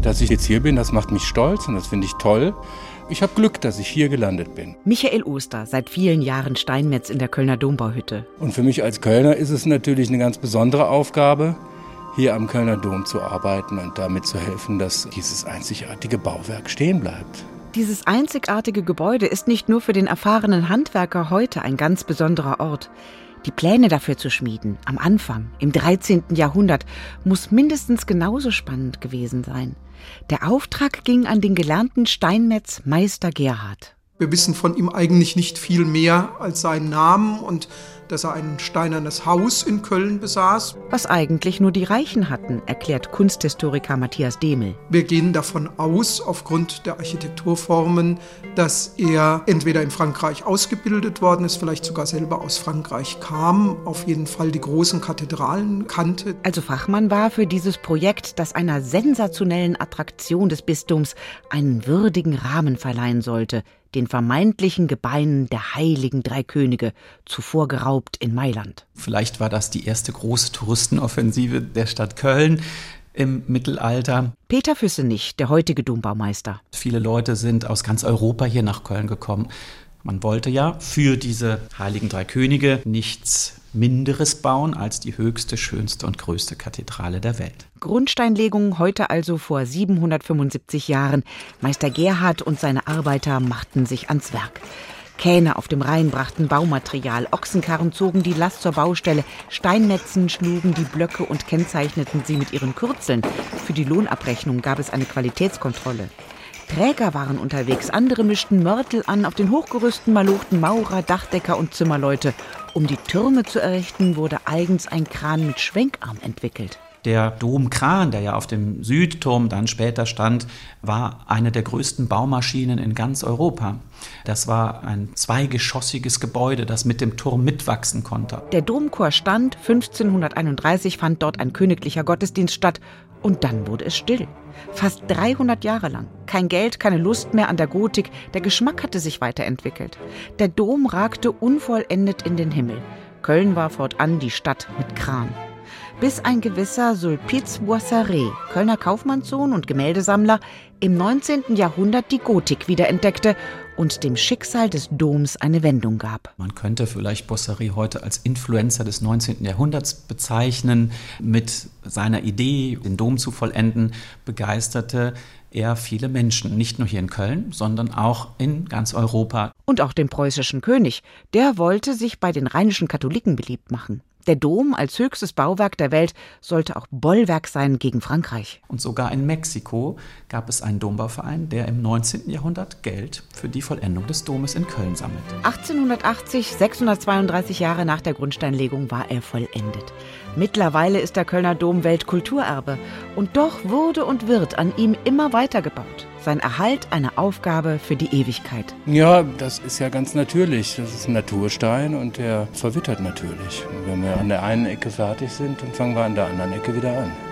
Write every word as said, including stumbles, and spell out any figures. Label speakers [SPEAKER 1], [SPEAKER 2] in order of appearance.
[SPEAKER 1] Dass ich jetzt hier bin, das macht mich stolz und das finde ich toll. Ich habe Glück, dass ich hier gelandet bin.
[SPEAKER 2] Michael Oster, seit vielen Jahren Steinmetz in der Kölner Dombauhütte.
[SPEAKER 1] Und für mich als Kölner ist es natürlich eine ganz besondere Aufgabe, hier am Kölner Dom zu arbeiten und damit zu helfen, dass dieses einzigartige Bauwerk stehen bleibt.
[SPEAKER 2] Dieses einzigartige Gebäude ist nicht nur für den erfahrenen Handwerker heute ein ganz besonderer Ort. Die Pläne dafür zu schmieden, am Anfang, im dreizehnten Jahrhundert, muss mindestens genauso spannend gewesen sein. Der Auftrag ging an den gelernten Steinmetz Meister Gerhard.
[SPEAKER 3] Wir wissen von ihm eigentlich nicht viel mehr als seinen Namen und dass er ein steinernes Haus in Köln besaß.
[SPEAKER 2] Was eigentlich nur die Reichen hatten, erklärt Kunsthistoriker Matthias Demel.
[SPEAKER 3] Wir gehen davon aus, aufgrund der Architekturformen, dass er entweder in Frankreich ausgebildet worden ist, vielleicht sogar selber aus Frankreich kam, auf jeden Fall die großen Kathedralen kannte.
[SPEAKER 2] Also Fachmann war für dieses Projekt, das einer sensationellen Attraktion des Bistums einen würdigen Rahmen verleihen sollte, den vermeintlichen Gebeinen der heiligen drei Könige, zuvor geraubt in Mailand.
[SPEAKER 4] Vielleicht war das die erste große Touristenoffensive der Stadt Köln im Mittelalter.
[SPEAKER 2] Peter Füssenich, der heutige Dombaumeister.
[SPEAKER 4] Viele Leute sind aus ganz Europa hier nach Köln gekommen. Man wollte ja für diese heiligen drei Könige nichts Minderes bauen als die höchste, schönste und größte Kathedrale der Welt.
[SPEAKER 2] Grundsteinlegung heute also vor siebenhundertfünfundsiebzig Jahren. Meister Gerhard und seine Arbeiter machten sich ans Werk. Kähne auf dem Rhein brachten Baumaterial, Ochsenkarren zogen die Last zur Baustelle, Steinmetzen schlugen die Blöcke und kennzeichneten sie mit ihren Kürzeln. Für die Lohnabrechnung gab es eine Qualitätskontrolle. Träger waren unterwegs, andere mischten Mörtel an, auf den Hochgerüsten malochten Maurer, Dachdecker und Zimmerleute. Um die Türme zu errichten, wurde eigens ein Kran mit Schwenkarm entwickelt.
[SPEAKER 4] Der Domkran, der ja auf dem Südturm dann später stand, war eine der größten Baumaschinen in ganz Europa. Das war ein zweigeschossiges Gebäude, das mit dem Turm mitwachsen konnte.
[SPEAKER 2] Der Domchor stand, fünfzehnhunderteinunddreißig fand dort ein königlicher Gottesdienst statt und dann wurde es still. Fast dreihundert Jahre lang. Kein Geld, keine Lust mehr an der Gotik, der Geschmack hatte sich weiterentwickelt. Der Dom ragte unvollendet in den Himmel. Köln war fortan die Stadt mit Kran. Bis ein gewisser Sulpice Boisseret, Kölner Kaufmannssohn und Gemäldesammler, im neunzehnten Jahrhundert die Gotik wiederentdeckte und dem Schicksal des Doms eine Wendung gab.
[SPEAKER 4] Man könnte vielleicht Boisseret heute als Influencer des neunzehnten Jahrhunderts bezeichnen. Mit seiner Idee, den Dom zu vollenden, begeisterte er viele Menschen, nicht nur hier in Köln, sondern auch in ganz Europa.
[SPEAKER 2] Und auch den preußischen König, der wollte sich bei den rheinischen Katholiken beliebt machen. Der Dom als höchstes Bauwerk der Welt sollte auch Bollwerk sein gegen Frankreich.
[SPEAKER 4] Und sogar in Mexiko gab es einen Dombauverein, der im neunzehnten Jahrhundert Geld für die Vollendung des Domes in Köln sammelte.
[SPEAKER 2] achtzehnhundertachtzig, sechshundertzweiunddreißig Jahre nach der Grundsteinlegung, war er vollendet. Mittlerweile ist der Kölner Dom Weltkulturerbe. Und doch wurde und wird an ihm immer weitergebaut. Sein Erhalt eine Aufgabe für die Ewigkeit.
[SPEAKER 1] Ja, das ist ja ganz natürlich. Das ist ein Naturstein und der verwittert natürlich. Und wenn wir an der einen Ecke fertig sind, dann fangen wir an der anderen Ecke wieder an.